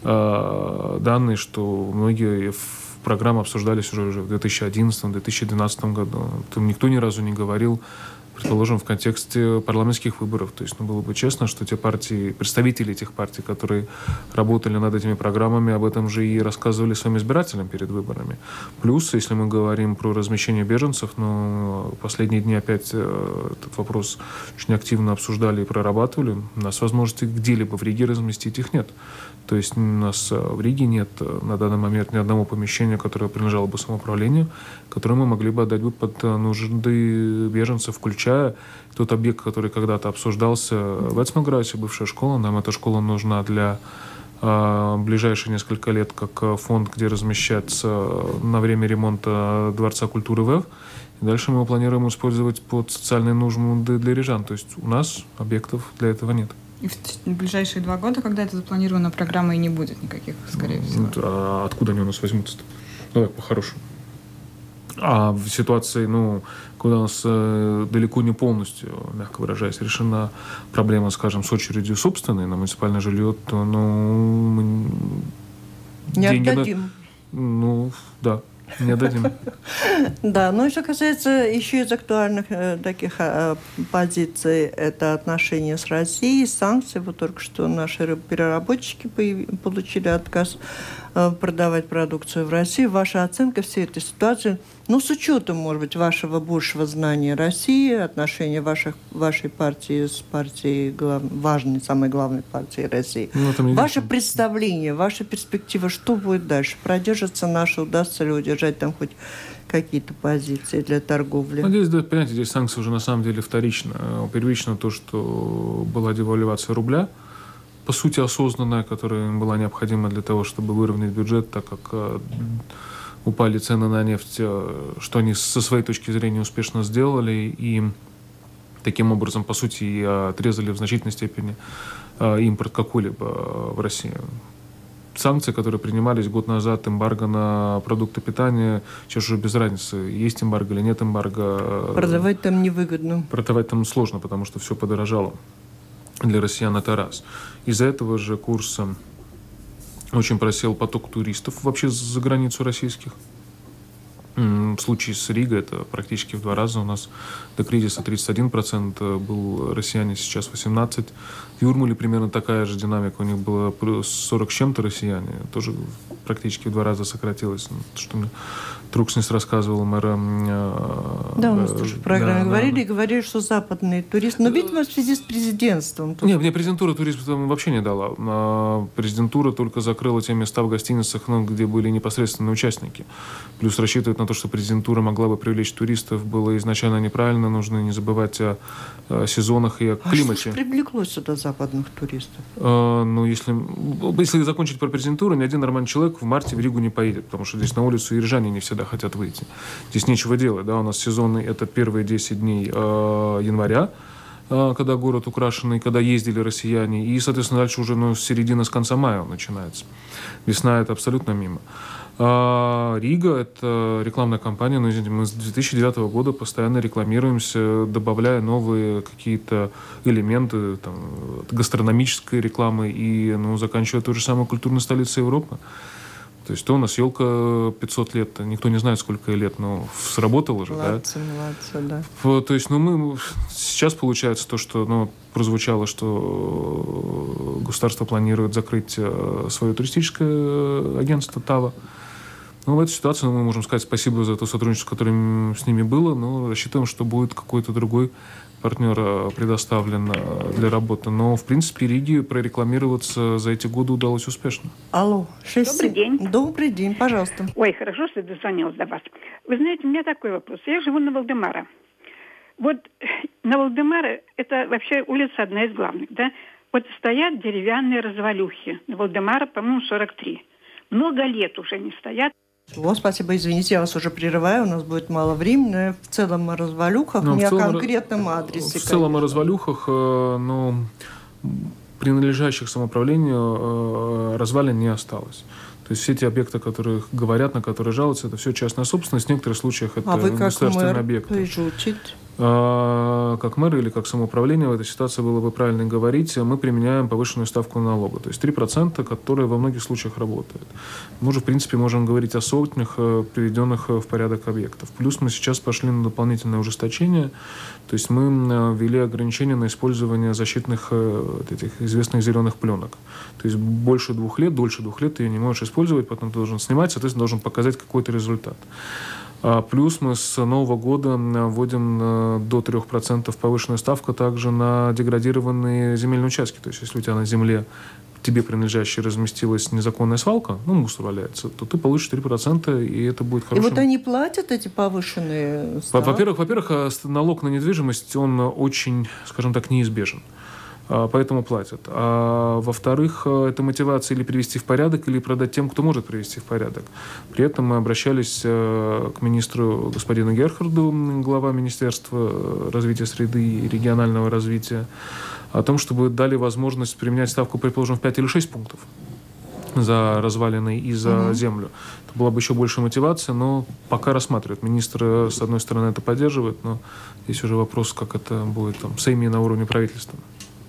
э, данные, что многие программы обсуждались уже, уже в две тысячи одиннадцатом - две тысячи двенадцатом году. Там никто ни разу не говорил, предположим, в контексте парламентских выборов. То есть, ну, было бы честно, что те партии, представители этих партий, которые работали над этими программами, об этом же и рассказывали своим избирателям перед выборами. Плюс, если мы говорим про размещение беженцев, ну, последние дни опять э, этот вопрос очень активно обсуждали и прорабатывали. У нас возможности где-либо в Риге разместить их нет. То есть у нас в Риге нет на данный момент ни одного помещения, которое принадлежало бы самоуправлению, которое мы могли бы отдать бы под нужды беженцев, включая тот объект, который когда-то обсуждался в Эцмаграсе, бывшая школа. Нам эта школа нужна для э, ближайшие несколько лет как фонд, где размещаться на время ремонта Дворца культуры ВЭВ. И дальше мы его планируем использовать под социальные нужды для рижан. То есть у нас объектов для этого нет. И в ближайшие два года, когда это запланировано, программы и не будет никаких, скорее всего. А откуда они у нас возьмутся-то? Давай по-хорошему. А в ситуации, ну, когда у нас э, далеко не полностью, мягко выражаясь, решена проблема, скажем, с очередью собственной на муниципальное жилье, то, ну, мы... Не отдадим. На... Ну, да. Не отдадим. Да, ну и что касается еще из актуальных э, таких э, позиций, это отношения с Россией, санкции. Вот только что наши переработчики появ... получили отказ э, продавать продукцию в Россию. Ваша оценка всей этой ситуации, ну, с учетом, может быть, вашего большего знания России, отношения ваших, вашей партии с партией, глав... важной, самой главной партией России. Ну, ваше представление, ваша перспектива, что будет дальше? Продержатся наши, удастся ли удержать там хоть какие-то позиции для торговли? Ну, здесь, да, понимаете, здесь санкции уже на самом деле вторично. Первично то, что была девальвация рубля, по сути осознанная, которая была необходима для того, чтобы выровнять бюджет, так как э, упали цены на нефть, э, что они со своей точки зрения успешно сделали, и таким образом, по сути, и отрезали в значительной степени э, импорт какой-либо в Россию. Санкции, которые принимались год назад, эмбарго на продукты питания, сейчас уже без разницы, есть эмбарго или нет эмбарго. Продавать там невыгодно. Продавать там сложно, потому что все подорожало. Для россиян это раз. Из-за этого же курса очень просел поток туристов вообще за границу российских. В случае с Ригой это практически в два раза. У нас до кризиса тридцать один процент был россияне, сейчас восемнадцать процентов. В Юрмале примерно такая же динамика. У них было плюс сорок с чем-то россияне. Тоже практически в два раза сократилось. Что мне Трукснис рассказывал, мэра... Да, у нас тоже в программе да, говорили, да. и говорили, что западные туристы... Но, видимо, в связи с президентством. Тут... Нет, мне президентура туризм вообще не дала. А президентура только закрыла те места в гостиницах, ну, где были непосредственные участники. Плюс рассчитывать на то, что президентура могла бы привлечь туристов, было изначально неправильно. Нужно не забывать о, о сезонах и о а климате. что ж привлекло сюда западных туристов? А, ну, если, если закончить про президентуру, ни один нормальный человек в марте в Ригу не поедет, потому что здесь на улицу и рижане не всегда хотят выйти. Здесь нечего делать. Да? У нас сезонный — это первые десять дней э, января, э, когда город украшенный, когда ездили россияне. И, соответственно, дальше уже ну, с середины, с конца мая он начинается. Весна — это абсолютно мимо. А Рига — это рекламная кампания. Ну, извините, мы с две тысячи девятого года постоянно рекламируемся, добавляя новые какие-то элементы там, гастрономической рекламы и ну, заканчивая той же самой культурной столицей Европы. То есть то у нас елка пятьсот лет, никто не знает, сколько лет, но сработало же, молодцы, да? Молодцы, да. То есть, ну, мы сейчас получается то, что, ну, прозвучало, что государство планирует закрыть свое туристическое агентство ТАВА. Ну, в этой ситуации мы можем сказать спасибо за то сотрудничество, которое с ними было, но рассчитываем, что будет какой-то другой партнер предоставлен для работы. Но, в принципе, Риге прорекламироваться за эти годы удалось успешно. Алло, шесть... Добрый день. Добрый день, пожалуйста. Ой, хорошо, что я дозвонилась до вас. Вы знаете, у меня такой вопрос. Я живу на Валдемара. Вот на Валдемара, это вообще улица одна из главных, да? Вот стоят деревянные развалюхи. На Валдемара, по-моему, сорок три. Много лет уже не стоят. О, спасибо, извините, я вас уже прерываю, у нас будет мало времени. В целом о развалюхах, ну, не о целом, конкретном адресе. В целом о развалюхах, но принадлежащих самоуправлению развалин не осталось. То есть все те объекты, которые говорят, на которые жалуются, это все частная собственность. В некоторых случаях это а вы как государственные мэр объекты. Жучить? А, как мэр или как самоуправление в этой ситуации было бы правильно говорить, мы применяем повышенную ставку налога, то есть три процента, которая во многих случаях работает. Мы уже, в принципе, можем говорить о сотнях приведенных в порядок объектов. Плюс мы сейчас пошли на дополнительное ужесточение, то есть мы ввели ограничения на использование защитных этих известных зеленых пленок. То есть больше двух лет, дольше двух лет ты ее не можешь использовать, потом ты должен снимать, соответственно, должен показать какой-то результат. Плюс мы с нового года вводим до трех процентов повышенную ставку также на деградированные земельные участки. То есть если у тебя на земле тебе принадлежащей разместилась незаконная свалка, ну, мусор валяется, то ты получишь три процента, и это будет хорошим. И вот они платят эти повышенные ставки? Во-первых, во-первых, налог на недвижимость, он очень, скажем так, неизбежен. Поэтому платят. А во-вторых, это мотивация или привести в порядок, или продать тем, кто может привести в порядок. При этом мы обращались к министру господину Герхарду, глава Министерства развития среды и регионального развития, о том, чтобы дали возможность применять ставку, предположим, в пять или шесть пунктов за развалины и за mm-hmm. землю. Это была бы еще больше мотивация, но пока рассматривают. Министр, с одной стороны, это поддерживает, но здесь уже вопрос, как это будет там, сейми на уровне правительства.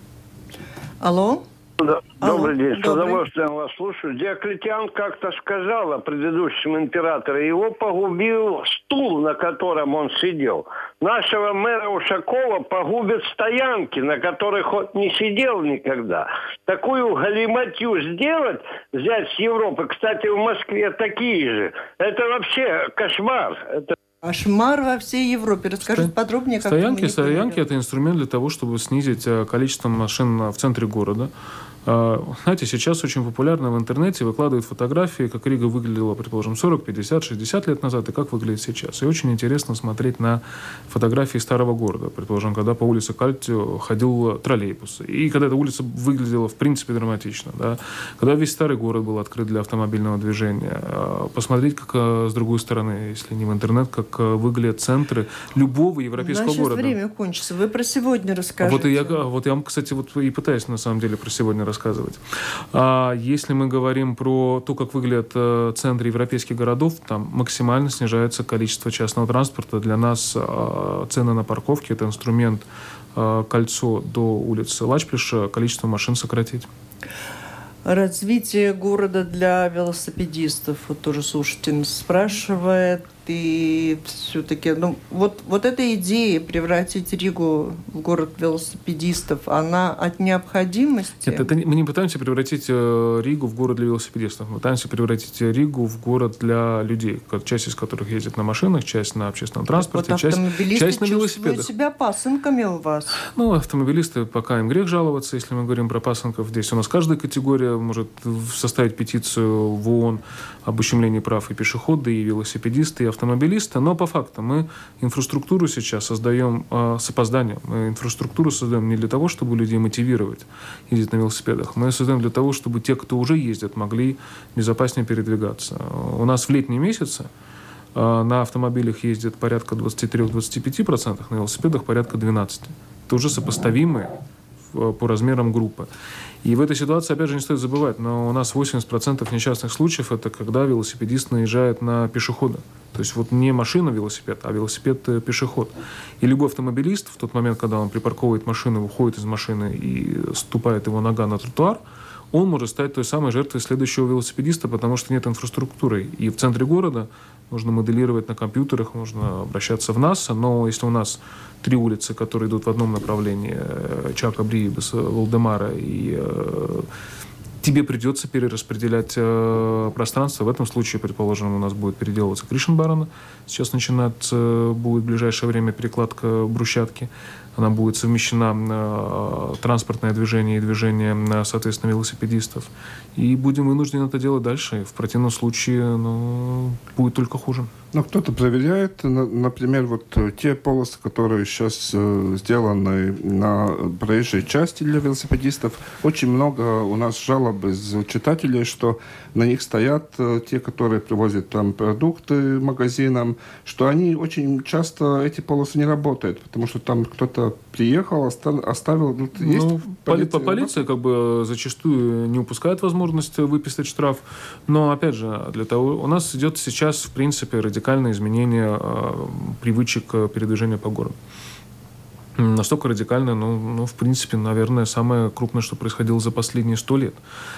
Алло? Да. Алло. Добрый день. С Добрый. удовольствием вас слушаю. Диоклетиан как-то сказал о предыдущем императоре. Его погубил стул, на котором он сидел. Нашего мэра Ушакова погубят стоянки, на которых он не сидел никогда. Такую галиматью сделать, взять с Европы, кстати, в Москве такие же, это вообще кошмар. Это... Кошмар во всей Европе. Расскажите Сто... подробнее, как стоянки, это стоянки – это инструмент для того, чтобы снизить количество машин в центре города. Знаете, сейчас очень популярно в интернете выкладывают фотографии, как Рига выглядела, предположим, сорок, пятьдесят, шестьдесят лет назад, и как выглядит сейчас. И очень интересно смотреть на фотографии старого города. Предположим, когда по улице Кальтио ходил троллейбус. И когда эта улица выглядела, в принципе, драматично. Да? Когда весь старый город был открыт для автомобильного движения. Посмотреть, как с другой стороны, если не в интернет, как выглядят центры любого европейского Значит, города. время кончится. Вы про сегодня расскажете. Вот я, вот я вам, кстати, вот и пытаюсь, на самом деле, про сегодня рассказать. А если мы говорим про то, как выглядят э, центры европейских городов, там максимально снижается количество частного транспорта. Для нас э, цены на парковки – это инструмент э, кольцо до улицы Лачплиша, количество машин сократить. Развитие города для велосипедистов. Вот тоже слушатель спрашивает. и все-таки, ну, вот, вот эта идея превратить Ригу в город велосипедистов, она от необходимости? Нет, это не, мы не пытаемся превратить э, Ригу в город для велосипедистов. Мы пытаемся превратить Ригу в город для людей, часть из которых ездит на машинах, часть на общественном транспорте, вот часть, часть на велосипедах. Чувствуют себя пасынками у вас? Ну, автомобилисты, пока им грех жаловаться, если мы говорим про пасынков. Здесь у нас каждая категория может составить петицию в ООН об ущемлении прав и пешехода, и велосипедисты, и автомобилисты. Но по факту мы инфраструктуру сейчас создаем э, с опозданием. Мы инфраструктуру создаем не для того, чтобы людей мотивировать ездить на велосипедах. Мы создаем для того, чтобы те, кто уже ездит, могли безопаснее передвигаться. У нас в летние месяцы э, на автомобилях ездит порядка двадцать три - двадцать пять процентов, на велосипедах порядка двенадцать процентов. Это уже сопоставимые по размерам группы. И в этой ситуации, опять же, не стоит забывать, но у нас восемьдесят процентов несчастных случаев – это когда велосипедист наезжает на пешехода. То есть вот не машина-велосипед, а велосипед-пешеход. И любой автомобилист в тот момент, когда он припарковывает машину, выходит из машины и ступает его нога на тротуар, он может стать той самой жертвой следующего велосипедиста, потому что нет инфраструктуры. И в центре города нужно моделировать на компьютерах, нужно обращаться в НАСА, но если у нас три улицы, которые идут в одном направлении, Чака, Бриибас, Валдемара, и э, тебе придется перераспределять э, пространство. В этом случае, предположим, у нас будет переделываться Кришенбарена. Сейчас начинается, будет в ближайшее время перекладка брусчатки. Она будет совмещена э, транспортное движение и движение, э, соответственно, велосипедистов. И будем вынуждены это делать дальше. В противном случае ну, будет только хуже. Но кто-то проверяет, например, вот те полосы, которые сейчас э, сделаны на проезжей части для велосипедистов. Очень много у нас жалоб из читателей, что на них стоят э, те, которые привозят там продукты магазинам, что они очень часто, эти полосы не работают, потому что там кто-то приехал, оставил... Ну, есть ну, полиция, полиция работает? как бы зачастую не упускает возможность выписать штраф. Но, опять же, для того... У нас идет сейчас, в принципе, радикальное изменение э, привычек передвижения по городу. Настолько радикальное, ну, ну, в принципе, наверное, самое крупное, что происходило за последние сто лет.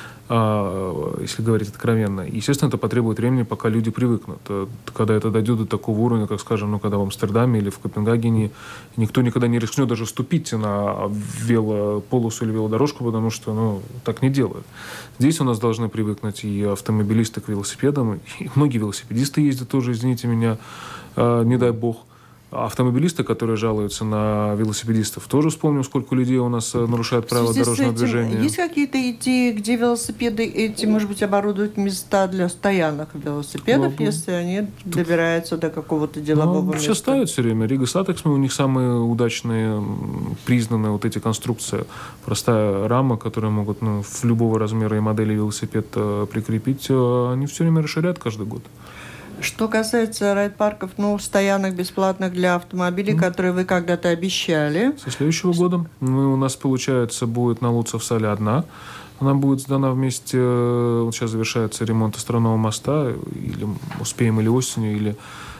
Если говорить откровенно. Естественно, это потребует времени, пока люди привыкнут. Когда это дойдет до такого уровня, как, скажем, ну, когда в Амстердаме или в Копенгагене никто никогда не рискнет даже вступить на велополосу или велодорожку, потому что ну, так не делают. Здесь у нас должны привыкнуть и автомобилисты к велосипедам, и многие велосипедисты ездят тоже, извините меня, не дай бог. Автомобилисты, которые жалуются на велосипедистов, тоже вспомним, сколько людей у нас нарушают правила дорожного этим, движения. Есть какие-то идеи, где велосипеды эти, может быть, оборудуют места для стоянок велосипедов, ну, если они тут... добираются до какого-то делового ну, места? Все ставят все время. Рига Сатекс, у них самые удачные, признанные вот эти конструкции. Простая рама, которую могут ну, в любого размера и модели велосипед прикрепить, они все время расширяют каждый год. Что касается райд-парков, ну, стоянок бесплатных для автомобилей, mm. которые вы когда-то обещали. Со следующего года ну, у нас, получается, будет на Луцев-Сале одна. Она будет сдана вместе... Вот сейчас завершается ремонт островного моста. Или успеем или осенью, или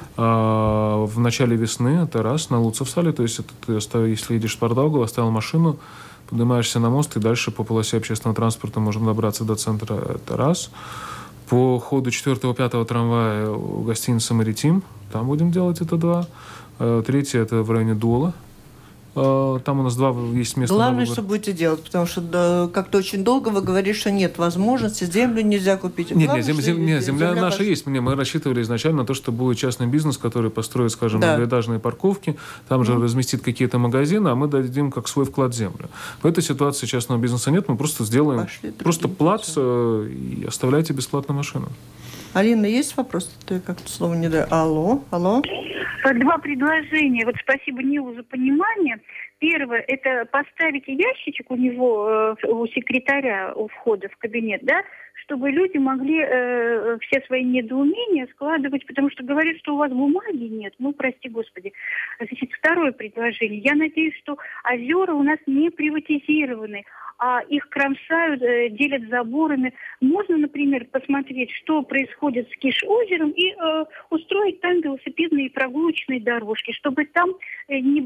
а, в начале весны. Это раз, на Луцев-Сале. То есть, это ты, если едешь в Спартаугу, оставил машину, поднимаешься на мост, и дальше по полосе общественного транспорта можно добраться до центра. Это раз. По ходу четвертого-пятого трамвая гостиница «Маритим». Там будем делать это два. Третье – это в районе Дола. Там у нас два есть места. Главное, что будете делать, потому что да, как-то очень долго вы говорите, что нет возможности, землю нельзя купить. Нет, Главное, нет, зем, зем, нет земля, земля наша ваша... есть. Мы рассчитывали изначально на то, что будет частный бизнес, который построит, скажем, да. многоэтажные парковки, там же mm. разместит какие-то магазины, а мы дадим как свой вклад в землю. В этой ситуации частного бизнеса нет, мы просто сделаем Пошли просто плац э, и оставляйте бесплатно машину. Алина, есть вопрос? Ты как-то слово не дай. Алло, алло. Два предложения. Вот спасибо Нилу за понимание. Первое – это поставить ящичек у него, у секретаря, у входа в кабинет, да, чтобы люди могли э, все свои недоумения складывать, потому что говорят, что у вас бумаги нет. Ну, прости господи. Значит, второе предложение. Я надеюсь, что озера у нас не приватизированы, а их кромсают, э, делят заборами. Можно, например, посмотреть, что происходит с Киш-озером и э, устроить там велосипедные и прогулочные дорожки, чтобы там э, не было...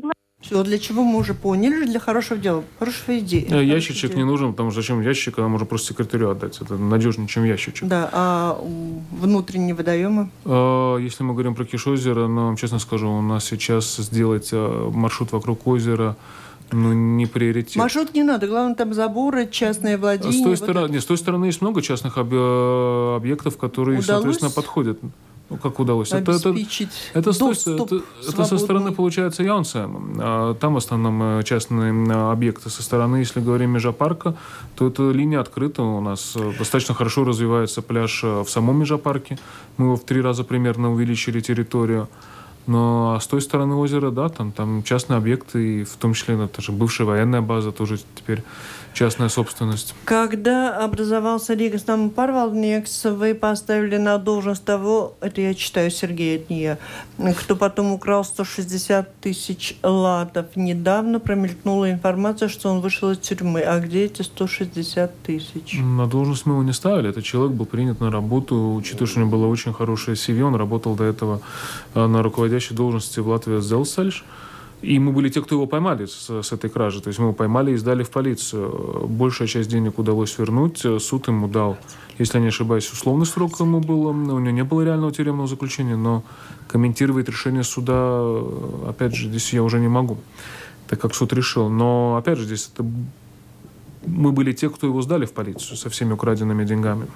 Все, для чего мы уже поняли, для хорошего дела, хорошая идея. Ящичек идея. не нужен, потому что зачем ящик, когда можно просто секретарю отдать. Это надежнее, чем ящичек. Да, а внутренние водоемы? Если мы говорим про Киш-озеро, ну, вам честно скажу, у нас сейчас сделать маршрут вокруг озера, ну, не приоритет. Маршрут не надо, главное, там заборы, частные владения. С той, вот стороны, нет, с той стороны есть много частных об, объектов, которые, удалось соответственно, подходят. Ну, как удалось? Обеспечить это, это, доступ это, это со стороны, получается, Яунсема. Там в основном частные объекты. Со стороны, если говорим Межапарка, то эта линия открыта. У нас достаточно хорошо развивается пляж в самом Межапарке. Мы его в три раза примерно увеличили территорию. Но с той стороны озера, да, там, там частные объекты, и в том числе это же бывшая военная база, тоже теперь частная собственность. Когда образовался Рīgas pārvaldnieks, вы поставили на должность того, это я читаю Сергея Дния, кто потом украл сто шестьдесят тысяч латов. Недавно промелькнула информация, что он вышел из тюрьмы. А где эти сто шестьдесят тысяч? На должность мы его не ставили. Этот человек был принят на работу, учитывая, что у него было очень хорошее си ви. Он работал до этого на руководящей должности в Латвии Зелсальш. И мы были те, кто его поймали с, с этой кражи. То есть мы его поймали и сдали в полицию. Большая часть денег удалось вернуть. Суд ему дал, если я не ошибаюсь, условный срок ему было. У него не было реального тюремного заключения, но комментировать решение суда, опять же, здесь я уже не могу, так как суд решил. Но, опять же, здесь это... мы были те, кто его сдали в полицию со всеми украденными деньгами.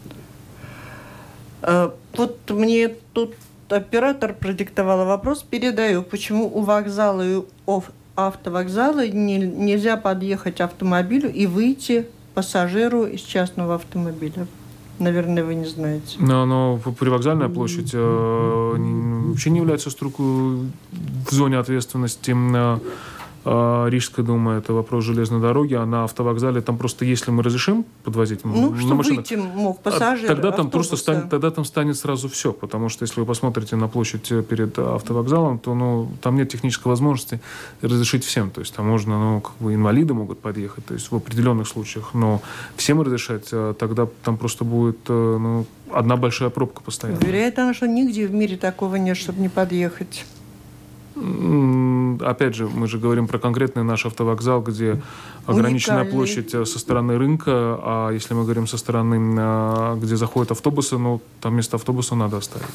А, вот мне тут оператор продиктовал вопрос, передаю, почему у вокзала и у автовокзала не, нельзя подъехать автомобилю и выйти пассажиру из частного автомобиля. Наверное, вы не знаете. Но, но привокзальная площадь э, не, вообще не является струку в зоне ответственности э, Рижской думы. Это вопрос железной дороги. А на автовокзале там просто, если мы разрешим подвозить ну, на чтобы машинах, выйти мог пассажир, тогда там автобуса. просто станет, тогда там станет сразу все. Потому что если вы посмотрите на площадь перед автовокзалом, то ну, там нет технической возможности разрешить всем. То есть там можно, ну, как бы инвалиды могут подъехать, то есть в определенных случаях. Но всем разрешать, тогда там просто будет ну, одна большая пробка постоянно. Вероятно, что нигде в мире такого нет, чтобы не подъехать. Опять же, мы же говорим про конкретный наш автовокзал, где ограниченная Уникальный. площадь со стороны рынка, а если мы говорим со стороны, где заходят автобусы, ну, там вместо автобуса надо оставить.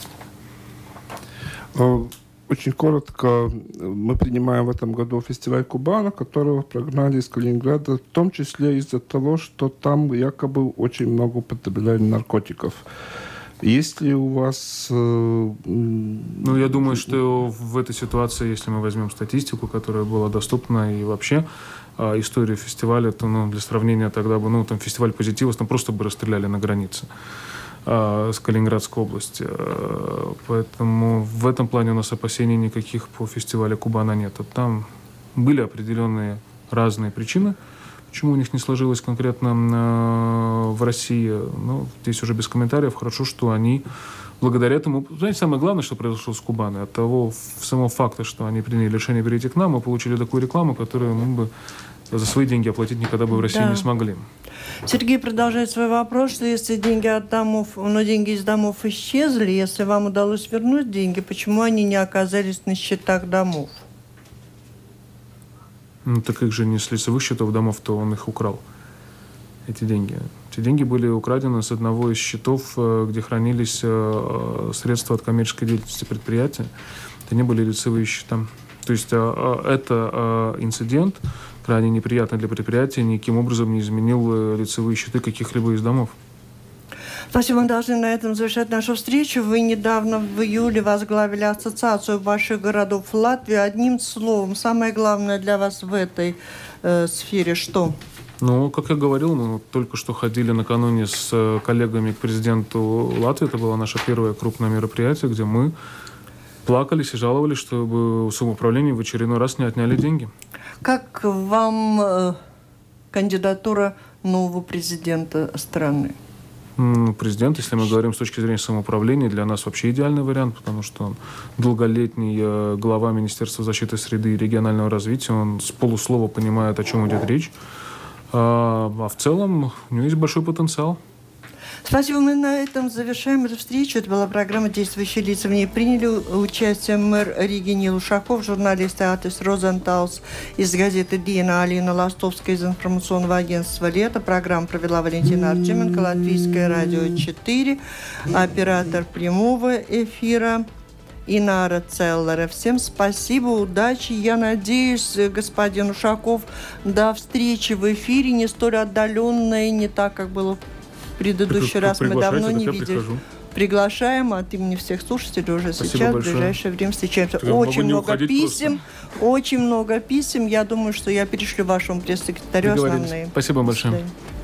Очень коротко, мы принимаем в этом году фестиваль Кубана, которого прогнали из Калининграда, в том числе из-за того, что там якобы очень много употребляли наркотиков. Есть ли у вас... Э, ну, я думаю, что в этой ситуации, если мы возьмем статистику, которая была доступна, и вообще э, историю фестиваля, то ну, для сравнения тогда бы, ну, там фестиваль позитива, там просто бы расстреляли на границе э, с Калининградской области. Э, поэтому в этом плане у нас опасений никаких по фестивалю Кубана нет. Там были определенные разные причины, почему у них не сложилось конкретно э, в России. Ну, здесь уже без комментариев. Хорошо, что они благодаря этому... Знаете, самое главное, что произошло с Кубаной, от того самого факта, что они приняли решение перейти к нам, мы получили такую рекламу, которую мы бы за свои деньги оплатить никогда бы в России да. не смогли. Сергей продолжает свой вопрос, что если деньги от домов, но деньги из домов исчезли, если вам удалось вернуть деньги, почему они не оказались на счетах домов? Ну, так их же не с лицевых счетов домов, то он их украл, эти деньги. Эти деньги были украдены с одного из счетов, где хранились средства от коммерческой деятельности предприятия. Это не были лицевые счета. То есть это инцидент, крайне неприятный для предприятия, никаким образом не изменил лицевые счеты каких-либо из домов. Спасибо, мы должны на этом завершать нашу встречу. Вы недавно в июле возглавили Ассоциацию больших городов Латвии. Одним словом, самое главное для вас в этой э, сфере что? Ну, как я говорил, мы только что ходили накануне с коллегами к президенту Латвии. Это было наше первое крупное мероприятие, где мы плакались и жаловались, чтобы у самоуправления в очередной раз не отняли деньги. Как вам э, кандидатура нового президента страны? Президент, если мы говорим с точки зрения самоуправления, для нас вообще идеальный вариант, потому что он долголетний глава Министерства защиты среды и регионального развития, он с полуслова понимает, о чем идет речь. А в целом у него есть большой потенциал. Спасибо. Мы на этом завершаем эту встречу. Это была программа «Действующие лица». В ней приняли участие мэр Риги Нил Ушаков, журналист Атис Розенталс из газеты «Дина», Алина Ластовская из информационного агентства «Лето». Программу провела Валентина Артеменко, Латвийское радио четыре, оператор прямого эфира Инара Целлера. Всем спасибо, удачи. Я надеюсь, господин Ушаков, до встречи в эфире, не столь отдаленной, не так, как было в предыдущий Так, раз. Мы давно не видели. Прихожу. Приглашаем от имени всех слушателей уже Спасибо сейчас, большое. в ближайшее время встречаемся. Я очень могу много писем, просто. очень много писем. Я думаю, что я перешлю вашему пресс-секретарю основные. Спасибо большое. До свидания.